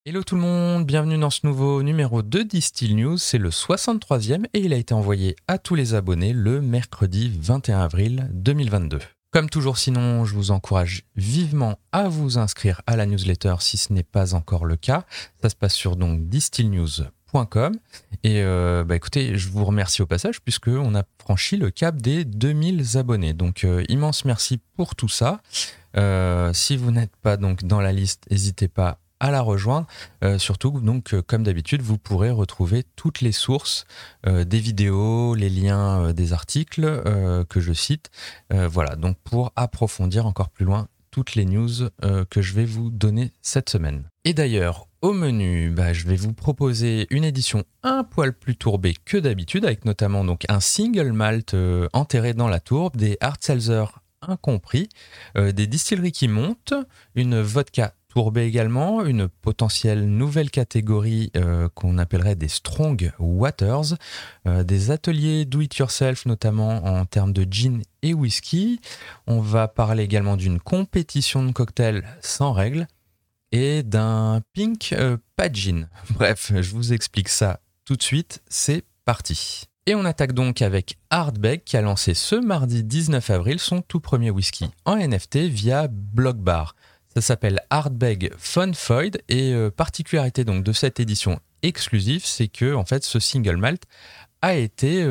Hello tout le monde, bienvenue dans ce nouveau numéro de Distill News, c'est le 63e et il a été envoyé à tous les abonnés le mercredi 21 avril 2022. Comme toujours sinon, je vous encourage vivement à vous inscrire à la newsletter si ce n'est pas encore le cas. Ça se passe sur donc distillnews.com et écoutez, je vous remercie au passage puisqu'on a franchi le cap des 2000 abonnés. Donc immense merci pour tout ça. Si vous n'êtes pas donc dans la liste, n'hésitez pas à la rejoindre. Surtout, donc, comme d'habitude, vous pourrez retrouver toutes les sources des vidéos, les liens des articles que je cite. Voilà, donc pour approfondir encore plus loin toutes les news que je vais vous donner cette semaine. Et d'ailleurs, au menu, je vais vous proposer une édition un poil plus tourbée que d'habitude, avec notamment donc un single malt enterré dans la tourbe, des hard seltzer incompris, des distilleries qui montent, une vodka tourbée également, une potentielle nouvelle catégorie qu'on appellerait des strong waters, des ateliers do-it-yourself notamment en termes de gin et whisky. On va parler également d'une compétition de cocktails sans règles et d'un pink pas de gin. Bref, je vous explique ça tout de suite, c'est parti. Et on attaque donc avec Ardbeg qui a lancé ce mardi 19 avril son tout premier whisky en NFT via Blockbar. Ça s'appelle Ardbeg Fun Foyd et particularité donc de cette édition exclusive, c'est que en fait ce single malt a été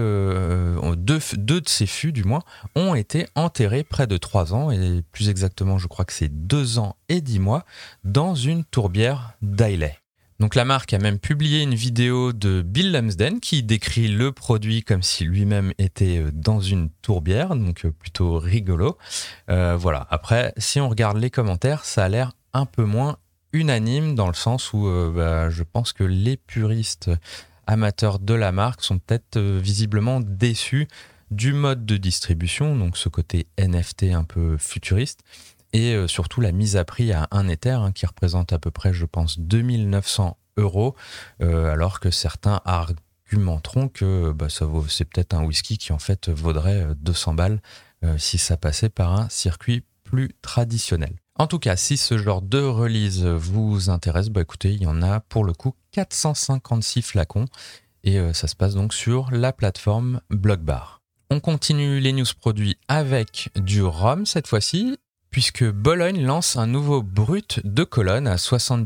deux de ses fûts du moins ont été enterrés près de 3 ans et plus exactement je crois que c'est 2 ans et 10 mois dans une tourbière d'Islay. Donc la marque a même publié une vidéo de Bill Lumsden qui décrit le produit comme si lui-même était dans une tourbière, donc plutôt rigolo. Voilà. Après, si on regarde les commentaires, ça a l'air un peu moins unanime dans le sens où je pense que les puristes amateurs de la marque sont peut-être visiblement déçus du mode de distribution, donc ce côté NFT un peu futuriste, et surtout la mise à prix à un Ether qui représente à peu près, je pense, 2900 €, alors que certains argumenteront que c'est peut-être un whisky qui en fait vaudrait 200 balles si ça passait par un circuit plus traditionnel. En tout cas, si ce genre de release vous intéresse, écoutez, il y en a pour le coup 456 flacons et ça se passe donc sur la plateforme Blockbar. On continue les news produits avec du rhum cette fois-ci, puisque Bologne lance un nouveau brut de Cologne à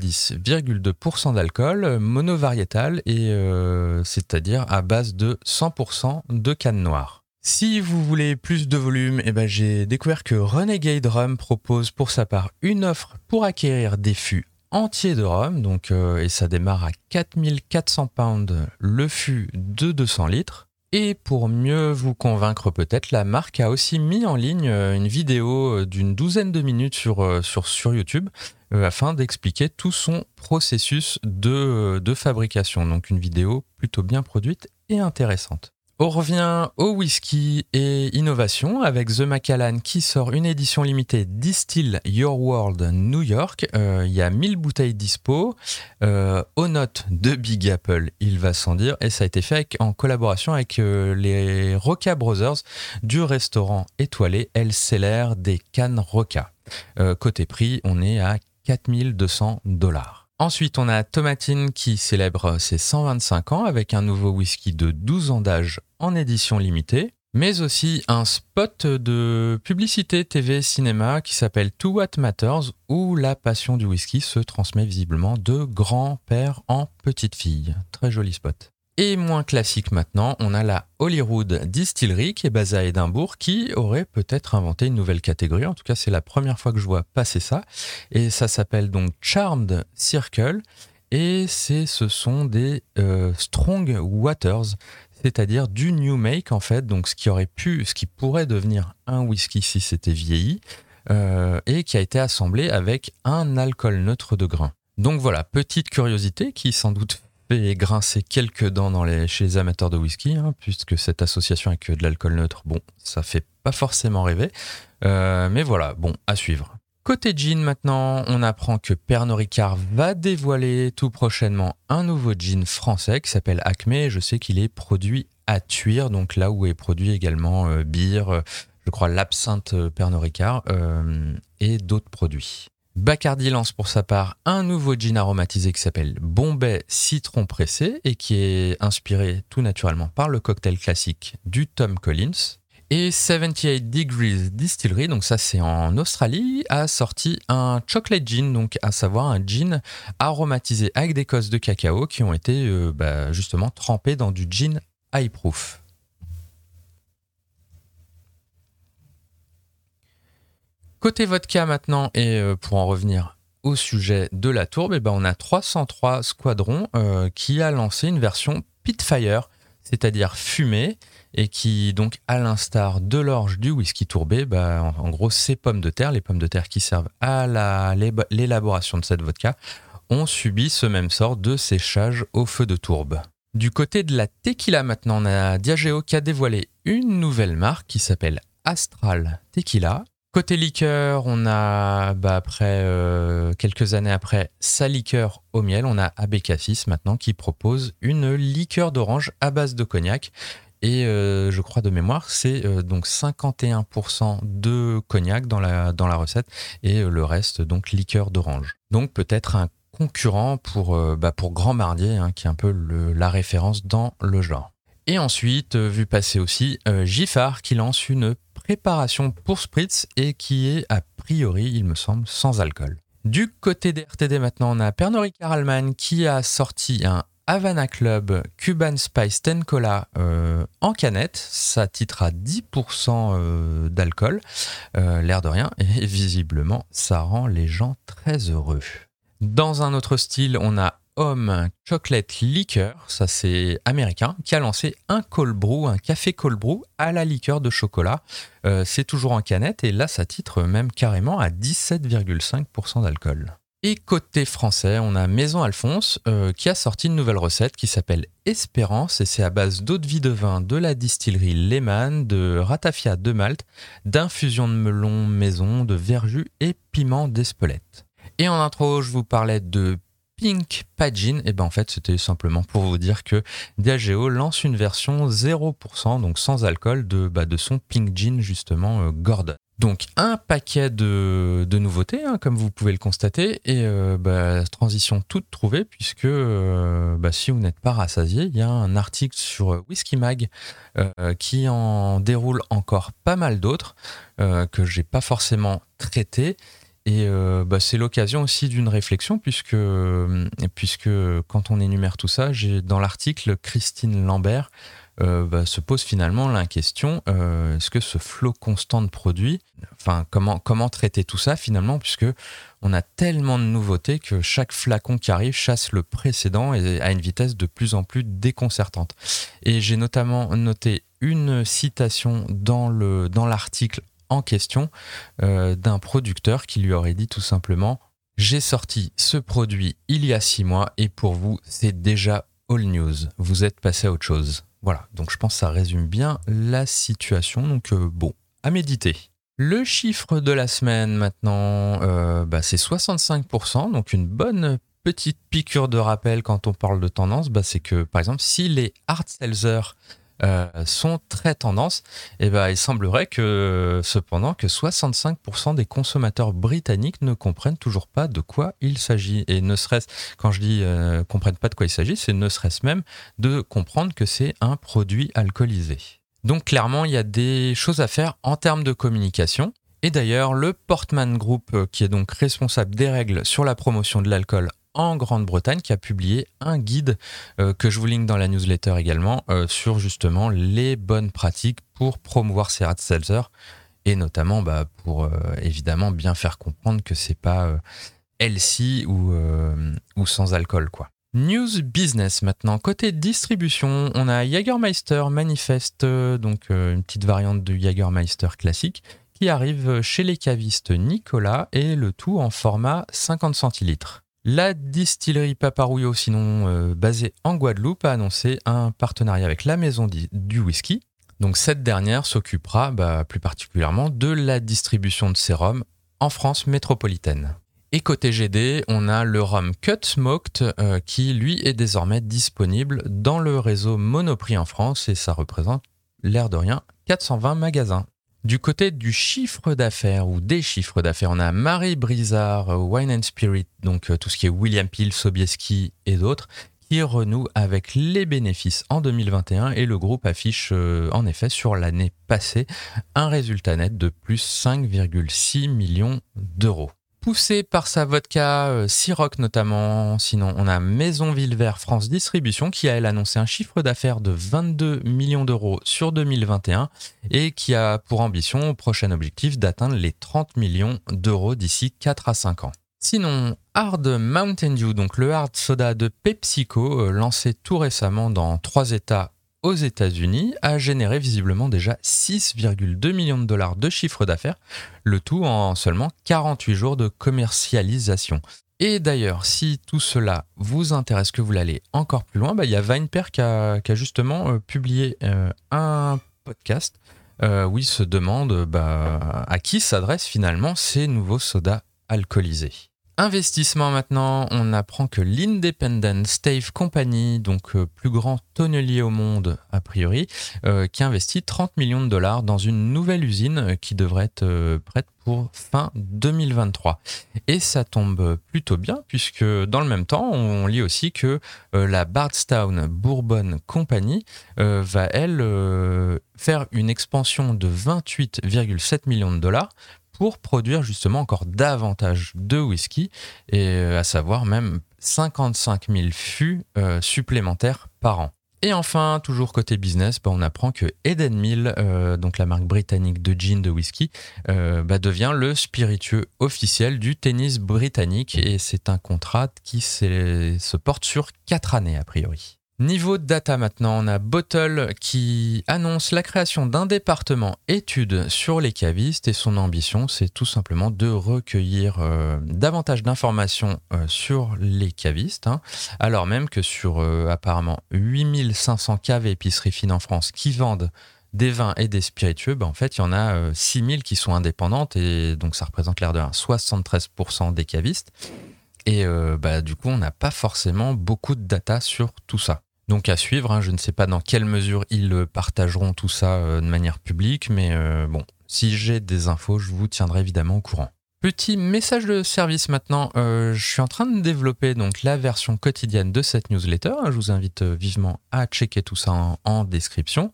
70,2% d'alcool, monovariétal et c'est-à-dire à base de 100% de canne noire. Si vous voulez plus de volume, j'ai découvert que Renegade Rum propose pour sa part une offre pour acquérir des fûts entiers de rhum, donc, et ça démarre à 4400 pounds le fût de 200 litres. Et pour mieux vous convaincre peut-être, la marque a aussi mis en ligne une vidéo d'une 12aine de minutes sur YouTube afin d'expliquer tout son processus de fabrication. Donc une vidéo plutôt bien produite et intéressante. On revient au whisky et innovation avec The Macallan qui sort une édition limitée Distill Your World New York. Il y a 1000 bouteilles dispo, aux notes de Big Apple, il va sans dire, et ça a été fait en collaboration avec les Roca Brothers du restaurant étoilé El Celler des Cannes Roca. Côté prix, on est à 4200 $. Ensuite, on a Tomatine qui célèbre ses 125 ans avec un nouveau whisky de 12 ans d'âge en édition limitée, mais aussi un spot de publicité TV cinéma qui s'appelle To What Matters, où la passion du whisky se transmet visiblement de grand-père en petite-fille. Très joli spot. Et moins classique maintenant, on a la Holyrood Distillery qui est basée à Édimbourg qui aurait peut-être inventé une nouvelle catégorie. En tout cas, c'est la première fois que je vois passer ça. Et ça s'appelle donc Charmed Circle et ce sont des Strong Waters, c'est-à-dire du New Make en fait, donc ce qui pourrait devenir un whisky si c'était vieilli et qui a été assemblé avec un alcool neutre de grain. Donc voilà, petite curiosité qui sans doute fait grincer quelques dents chez les amateurs de whisky, puisque cette association avec de l'alcool neutre, ça fait pas forcément rêver. Mais voilà, à suivre. Côté gin maintenant, on apprend que Pernod Ricard va dévoiler tout prochainement un nouveau gin français qui s'appelle Acme. Je sais qu'il est produit à Thuir, donc là où est produit également Beer, je crois l'absinthe Pernod Ricard et d'autres produits. Bacardi lance pour sa part un nouveau gin aromatisé qui s'appelle Bombay Citron Pressé et qui est inspiré tout naturellement par le cocktail classique du Tom Collins. Et 78 Degrees Distillery, donc ça c'est en Australie, a sorti un chocolate gin, donc à savoir un gin aromatisé avec des cosses de cacao qui ont été justement trempées dans du gin high proof. Côté vodka maintenant, et pour en revenir au sujet de la tourbe, on a 303 Squadron qui a lancé une version Pitfire, c'est-à-dire fumée, et qui, donc, à l'instar de l'orge du whisky tourbé, en gros, ces pommes de terre, les pommes de terre qui servent à l'élaboration de cette vodka, ont subi ce même sort de séchage au feu de tourbe. Du côté de la tequila maintenant, on a Diageo qui a dévoilé une nouvelle marque qui s'appelle Astral Tequila. Côté liqueur, on a, quelques années après, sa liqueur au miel, on a Abécassis maintenant qui propose une liqueur d'orange à base de cognac. Et je crois de mémoire, c'est donc 51% de cognac dans la recette et le reste donc liqueur d'orange. Donc peut-être un concurrent pour Grand Marnier, qui est un peu la référence dans le genre. Et ensuite, vu passer aussi, Giffard qui lance une préparation pour spritz et qui est a priori, il me semble, sans alcool. Du côté des RTD maintenant, on a Pernod Ricard Allemagne qui a sorti un Havana Club Cuban Spice Ten Cola en canette. Ça titre à 10% d'alcool, l'air de rien, et visiblement, ça rend les gens très heureux. Dans un autre style, on a Home Chocolate Liquor, ça c'est américain, qui a lancé un cold brew, un café cold brew à la liqueur de chocolat. C'est toujours en canette et là ça titre même carrément à 17,5% d'alcool. Et côté français, on a Maison Alphonse qui a sorti une nouvelle recette qui s'appelle Espérance et c'est à base d'eau de vie de vin de la distillerie Lehmann, de ratafia de Malte, d'infusion de melon maison, de verjus et piment d'Espelette. Et en intro, je vous parlais de Pink Pagin, et en fait c'était simplement pour vous dire que Diageo lance une version 0%, donc sans alcool, de son Pink Gin justement Gordon. Donc un paquet de nouveautés, comme vous pouvez le constater, et transition toute trouvée, puisque si vous n'êtes pas rassasié, il y a un article sur Whisky Mag qui en déroule encore pas mal d'autres que j'ai pas forcément traités. Et c'est l'occasion aussi d'une réflexion puisque quand on énumère tout ça, j'ai dans l'article Christine Lambert se pose finalement la question est-ce que ce flot constant de produits, comment traiter tout ça finalement, puisque on a tellement de nouveautés que chaque flacon qui arrive chasse le précédent et à une vitesse de plus en plus déconcertante. Et j'ai notamment noté une citation dans l'article en question d'un producteur qui lui aurait dit tout simplement « J'ai sorti ce produit il y a 6 mois et pour vous, c'est déjà all news. Vous êtes passé à autre chose. » Voilà, donc je pense que ça résume bien la situation. Donc à méditer. Le chiffre de la semaine maintenant, c'est 65%, donc une bonne petite piqûre de rappel quand on parle de tendance, c'est que par exemple, si les hard seltzers sont très tendance, il semblerait que cependant que 65% des consommateurs britanniques ne comprennent toujours pas de quoi il s'agit. Et ne serait-ce, quand je dis comprennent pas de quoi il s'agit, c'est ne serait-ce même de comprendre que c'est un produit alcoolisé. Donc clairement, il y a des choses à faire en termes de communication. Et d'ailleurs, le Portman Group, qui est donc responsable des règles sur la promotion de l'alcool en Grande-Bretagne, qui a publié un guide que je vous link dans la newsletter également sur justement les bonnes pratiques pour promouvoir ces hard seltzers et notamment pour évidemment bien faire comprendre que c'est pas healthy ou sans alcool quoi. News business maintenant. Côté distribution, on a Jägermeister Manifest, donc une petite variante de Jägermeister classique qui arrive chez les cavistes Nicolas et le tout en format 50 centilitres. La distillerie Paparouillot, sinon basée en Guadeloupe, a annoncé un partenariat avec la maison du whisky. Donc cette dernière s'occupera plus particulièrement de la distribution de ces rhums en France métropolitaine. Et côté GD, on a le rhum Cut Smoked qui lui est désormais disponible dans le réseau Monoprix en France et ça représente l'air de rien 420 magasins. Du côté du chiffre d'affaires ou des chiffres d'affaires, on a Marie Brizard, Wine and Spirit, donc tout ce qui est William Peel, Sobieski et d'autres, qui renoue avec les bénéfices en 2021 et le groupe affiche en effet sur l'année passée un résultat net de plus 5,6 millions d'euros. Poussé par sa vodka Ciroc notamment, sinon on a Maison Villevert France Distribution qui a elle annoncé un chiffre d'affaires de 22 millions d'euros sur 2021 et qui a pour ambition, prochain objectif, d'atteindre les 30 millions d'euros d'ici 4 à 5 ans. Sinon, Hard Mountain Dew, donc le hard soda de PepsiCo, lancé tout récemment dans 3 États aux États-Unis, a généré visiblement déjà 6,2 millions de dollars de chiffre d'affaires, le tout en seulement 48 jours de commercialisation. Et d'ailleurs, si tout cela vous intéresse, que vous l'allez encore plus loin, il y a VinePair qui a justement publié un podcast où il se demande à qui s'adressent finalement ces nouveaux sodas alcoolisés. Investissement maintenant, on apprend que l'Independent Stave Company, donc plus grand tonnelier au monde a priori, qui investit 30 millions de dollars dans une nouvelle usine qui devrait être prête pour fin 2023. Et ça tombe plutôt bien puisque dans le même temps, on lit aussi que la Bardstown Bourbon Company va elle faire une expansion de 28,7 millions de dollars pour produire justement encore davantage de whisky, et à savoir même 55 000 fûts supplémentaires par an. Et enfin, toujours côté business, on apprend que Eden Mill, donc la marque britannique de gin de whisky, devient le spiritueux officiel du tennis britannique, et c'est un contrat qui se porte sur 4 années a priori. Niveau data maintenant, on a Bottle qui annonce la création d'un département études sur les cavistes et son ambition c'est tout simplement de recueillir davantage d'informations sur les cavistes, alors même que sur apparemment 8500 caves et épiceries fines en France qui vendent des vins et des spiritueux, en fait il y en a 6000 qui sont indépendantes et donc ça représente l'air de 73% des cavistes. Et du coup, on n'a pas forcément beaucoup de data sur tout ça. Donc à suivre, je ne sais pas dans quelle mesure ils partageront tout ça de manière publique, mais si j'ai des infos, je vous tiendrai évidemment au courant. Petit message de service maintenant, je suis en train de développer donc la version quotidienne de cette newsletter. Je vous invite vivement à checker tout ça en description.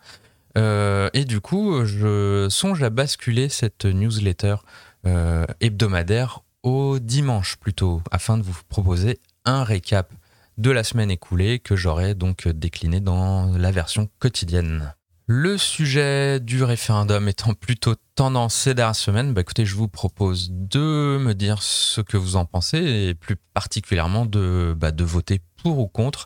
Et du coup, je songe à basculer cette newsletter hebdomadaire au dimanche plutôt, afin de vous proposer un récap de la semaine écoulée que j'aurai donc décliné dans la version quotidienne. Le sujet du référendum étant plutôt tendance ces dernières semaines, écoutez, je vous propose de me dire ce que vous en pensez et plus particulièrement de voter pour ou contre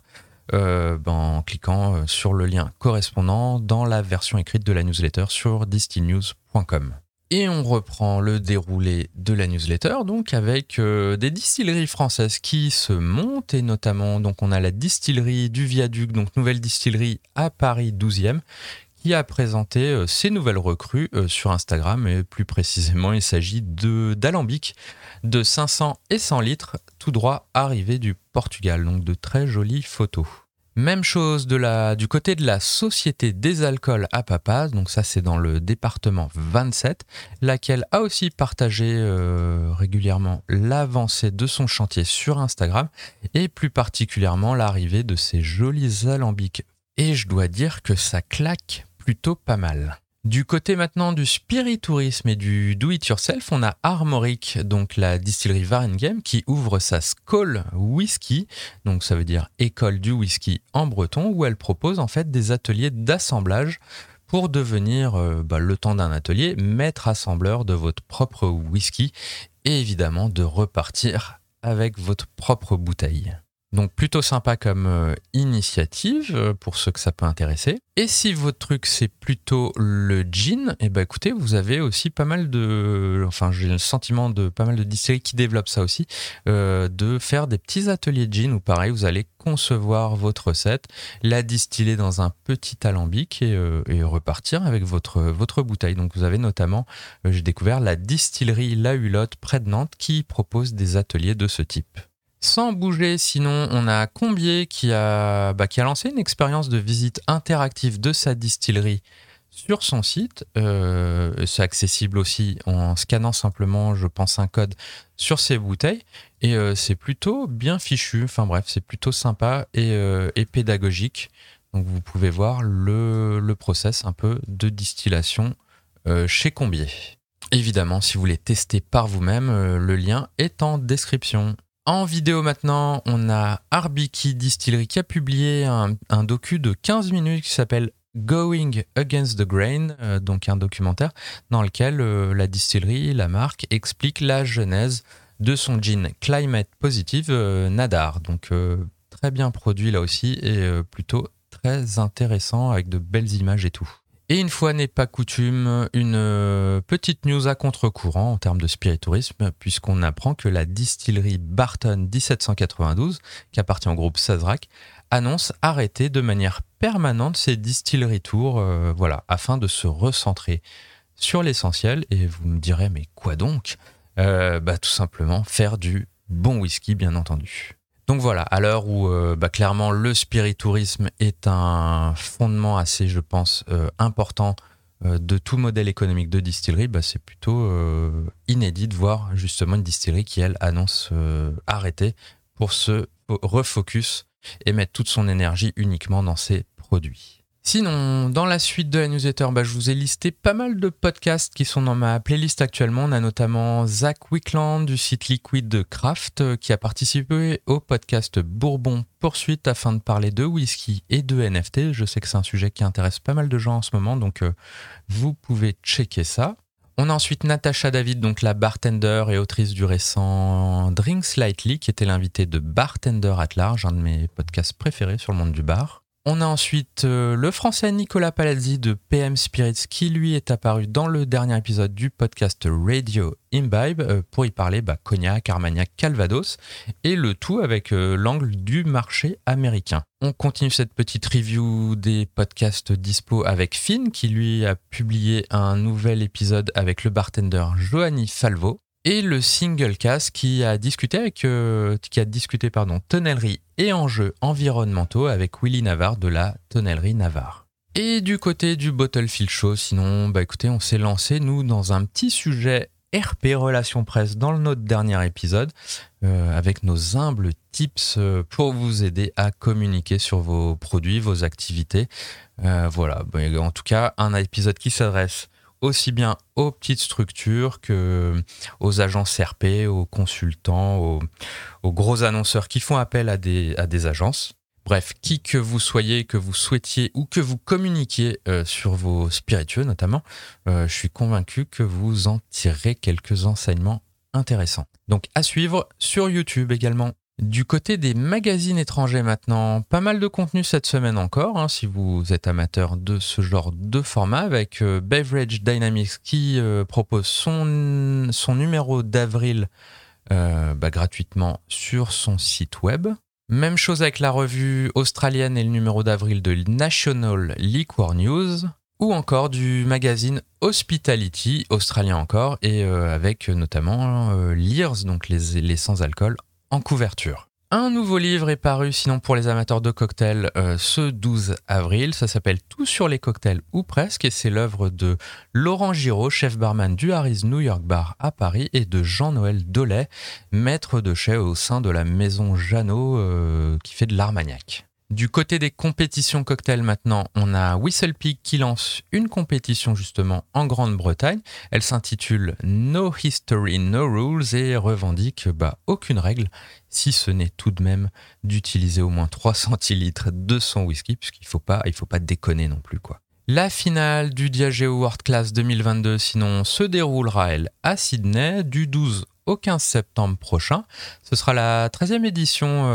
en cliquant sur le lien correspondant dans la version écrite de la newsletter sur distillnews.com. Et on reprend le déroulé de la newsletter donc avec des distilleries françaises qui se montent et notamment donc on a la distillerie du Viaduc, donc nouvelle distillerie à Paris 12e qui a présenté ses nouvelles recrues sur Instagram et plus précisément il s'agit d'alambics de 500 et 100 litres tout droit arrivés du Portugal, donc de très jolies photos. Même chose du côté de la Société des alcools à Papaz, donc ça c'est dans le département 27, laquelle a aussi partagé régulièrement l'avancée de son chantier sur Instagram et plus particulièrement l'arrivée de ces jolis alambics. Et je dois dire que ça claque plutôt pas mal. Du côté maintenant du spiritourisme et du do-it-yourself, on a Armoric, donc la distillerie Varennes qui ouvre sa Skål Whisky, donc ça veut dire école du whisky en breton, où elle propose en fait des ateliers d'assemblage pour devenir, le temps d'un atelier, maître assembleur de votre propre whisky et évidemment de repartir avec votre propre bouteille. Donc plutôt sympa comme initiative pour ceux que ça peut intéresser. Et si votre truc c'est plutôt le gin, écoutez, vous avez aussi pas mal j'ai le sentiment de pas mal de distilleries qui développent ça aussi, de faire des petits ateliers de gin où pareil, vous allez concevoir votre recette, la distiller dans un petit alambic et repartir avec votre bouteille. Donc vous avez notamment, j'ai découvert la distillerie La Hulotte près de Nantes qui propose des ateliers de ce type. Sans bouger, sinon, on a Combier qui a lancé une expérience de visite interactive de sa distillerie sur son site. C'est accessible aussi en scannant simplement, je pense, un code sur ces bouteilles. Et c'est plutôt bien fichu. Enfin bref, c'est plutôt sympa et pédagogique. Donc vous pouvez voir le process un peu de distillation chez Combier. Évidemment, si vous voulez tester par vous-même, le lien est en description. En vidéo maintenant, on a Arbiki Distillery qui a publié un docu de 15 minutes qui s'appelle Going Against the Grain, donc un documentaire dans lequel la distillerie, la marque, explique la genèse de son gin Climate Positive Nadar. Donc très bien produit là aussi et plutôt très intéressant avec de belles images et tout. Et une fois n'est pas coutume, une petite news à contre-courant en termes de spiritourisme, puisqu'on apprend que la distillerie Barton 1792, qui appartient au groupe Sazerac, annonce arrêter de manière permanente ses distilleries tours, afin de se recentrer sur l'essentiel. Et vous me direz, mais quoi donc ? Tout simplement faire du bon whisky, bien entendu. Donc voilà, à l'heure où clairement le spiritourisme est un fondement assez, je pense, important de tout modèle économique de distillerie, c'est plutôt inédit de voir justement une distillerie qui, elle, annonce arrêter pour se refocus et mettre toute son énergie uniquement dans ses produits. Sinon, dans la suite de la newsletter, je vous ai listé pas mal de podcasts qui sont dans ma playlist actuellement. On a notamment Zach Wickland du site Liquid Craft qui a participé au podcast Bourbon Poursuite afin de parler de whisky et de NFT. Je sais que c'est un sujet qui intéresse pas mal de gens en ce moment, donc vous pouvez checker ça. On a ensuite Natasha David, donc la bartender et autrice du récent Drinks Lightly, qui était l'invitée de Bartender at Large, un de mes podcasts préférés sur le monde du bar. On a ensuite le français Nicolas Palazzi de PM Spirits qui lui est apparu dans le dernier épisode du podcast Radio Imbibe pour y parler cognac, Armagnac, Calvados et le tout avec l'angle du marché américain. On continue cette petite review des podcasts dispo avec Finn qui lui a publié un nouvel épisode avec le bartender Johanny Falvo. Et le Single Cast qui a discuté tonnellerie et enjeux environnementaux avec Willy Navarre de la tonnellerie Navarre. Et du côté du Bottlefield Show, sinon, écoutez, on s'est lancé, nous, dans un petit sujet RP, Relations Presse, dans notre dernier épisode, avec nos humbles tips pour vous aider à communiquer sur vos produits, vos activités. En tout cas, un épisode qui s'adresse aussi bien aux petites structures qu'aux agences RP, aux consultants, aux gros annonceurs qui font appel à des agences. Bref, qui que vous soyez, que vous souhaitiez ou que vous communiquiez sur vos spiritueux notamment, je suis convaincu que vous en tirerez quelques enseignements intéressants. Donc à suivre sur YouTube également. Du côté des magazines étrangers maintenant, pas mal de contenu cette semaine encore, si vous êtes amateur de ce genre de format, avec Beverage Dynamics qui propose son numéro d'avril gratuitement sur son site web. Même chose avec la revue australienne et le numéro d'avril de National Liquor News, ou encore du magazine Hospitality, australien encore, et avec notamment Lears, donc les sans-alcool, en couverture. Un nouveau livre est paru, sinon pour les amateurs de cocktails, ce 12 avril. Ça s'appelle Tout sur les cocktails ou presque, et c'est l'œuvre de Laurent Giraud, chef barman du Harry's New York Bar à Paris, et de Jean-Noël Dolay, maître de chai au sein de la maison Jeannot qui fait de l'Armagnac. Du côté des compétitions cocktails maintenant, on a Whistle Pig qui lance une compétition justement en Grande-Bretagne. Elle s'intitule No History, No Rules et revendique aucune règle, si ce n'est tout de même d'utiliser au moins 3 centilitres de son whisky, puisqu'il faut pas déconner non plus, quoi. La finale du Diageo World Class 2022, sinon, se déroulera, elle, à Sydney, du 12 au 15 septembre prochain. Ce sera la 13e édition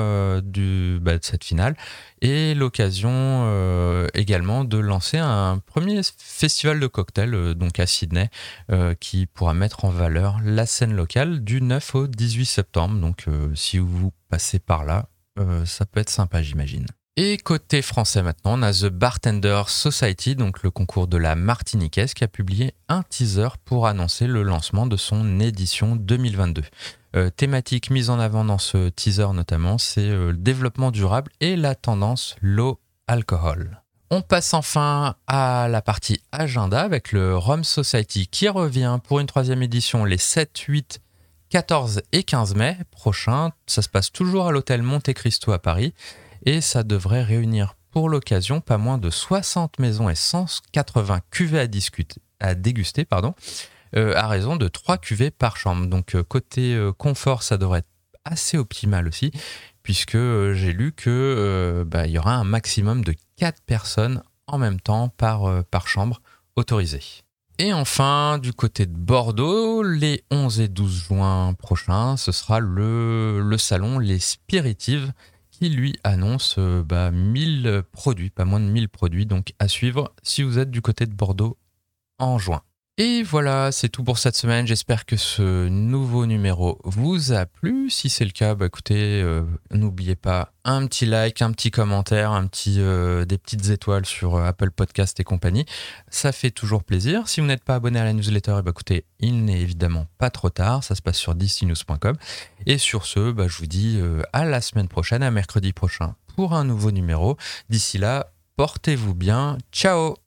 de cette finale et l'occasion également de lancer un premier festival de cocktails donc à Sydney qui pourra mettre en valeur la scène locale du 9 au 18 septembre. Donc si vous passez par là, ça peut être sympa, j'imagine. Et côté français maintenant, on a The Bartender Society, donc le concours de la Martiniquaise, qui a publié un teaser pour annoncer le lancement de son édition 2022. Thématique mise en avant dans ce teaser notamment, c'est le développement durable et la tendance low alcohol. On passe enfin à la partie agenda avec le Rome Society qui revient pour une 3e édition les 7, 8, 14 et 15 mai prochains. Ça se passe toujours à l'hôtel Monte Cristo à Paris et ça devrait réunir pour l'occasion pas moins de 60 maisons et 180 cuvées à déguster, à raison de 3 cuvées par chambre. Donc côté confort, ça devrait être assez optimal aussi, puisque j'ai lu que il y aura un maximum de 4 personnes en même temps par chambre autorisée. Et enfin, du côté de Bordeaux, les 11 et 12 juin prochains, ce sera le salon Les Spiritives qui lui annonce 1000 produits, pas moins de 1000 produits, donc à suivre si vous êtes du côté de Bordeaux en juin. Et voilà, c'est tout pour cette semaine. J'espère que ce nouveau numéro vous a plu. Si c'est le cas, écoutez, n'oubliez pas un petit like, un petit commentaire, des petites étoiles sur Apple Podcast et compagnie. Ça fait toujours plaisir. Si vous n'êtes pas abonné à la newsletter, écoutez, il n'est évidemment pas trop tard. Ça se passe sur distillnews.com. Et sur ce, je vous dis à la semaine prochaine, à mercredi prochain, pour un nouveau numéro. D'ici là, portez-vous bien. Ciao!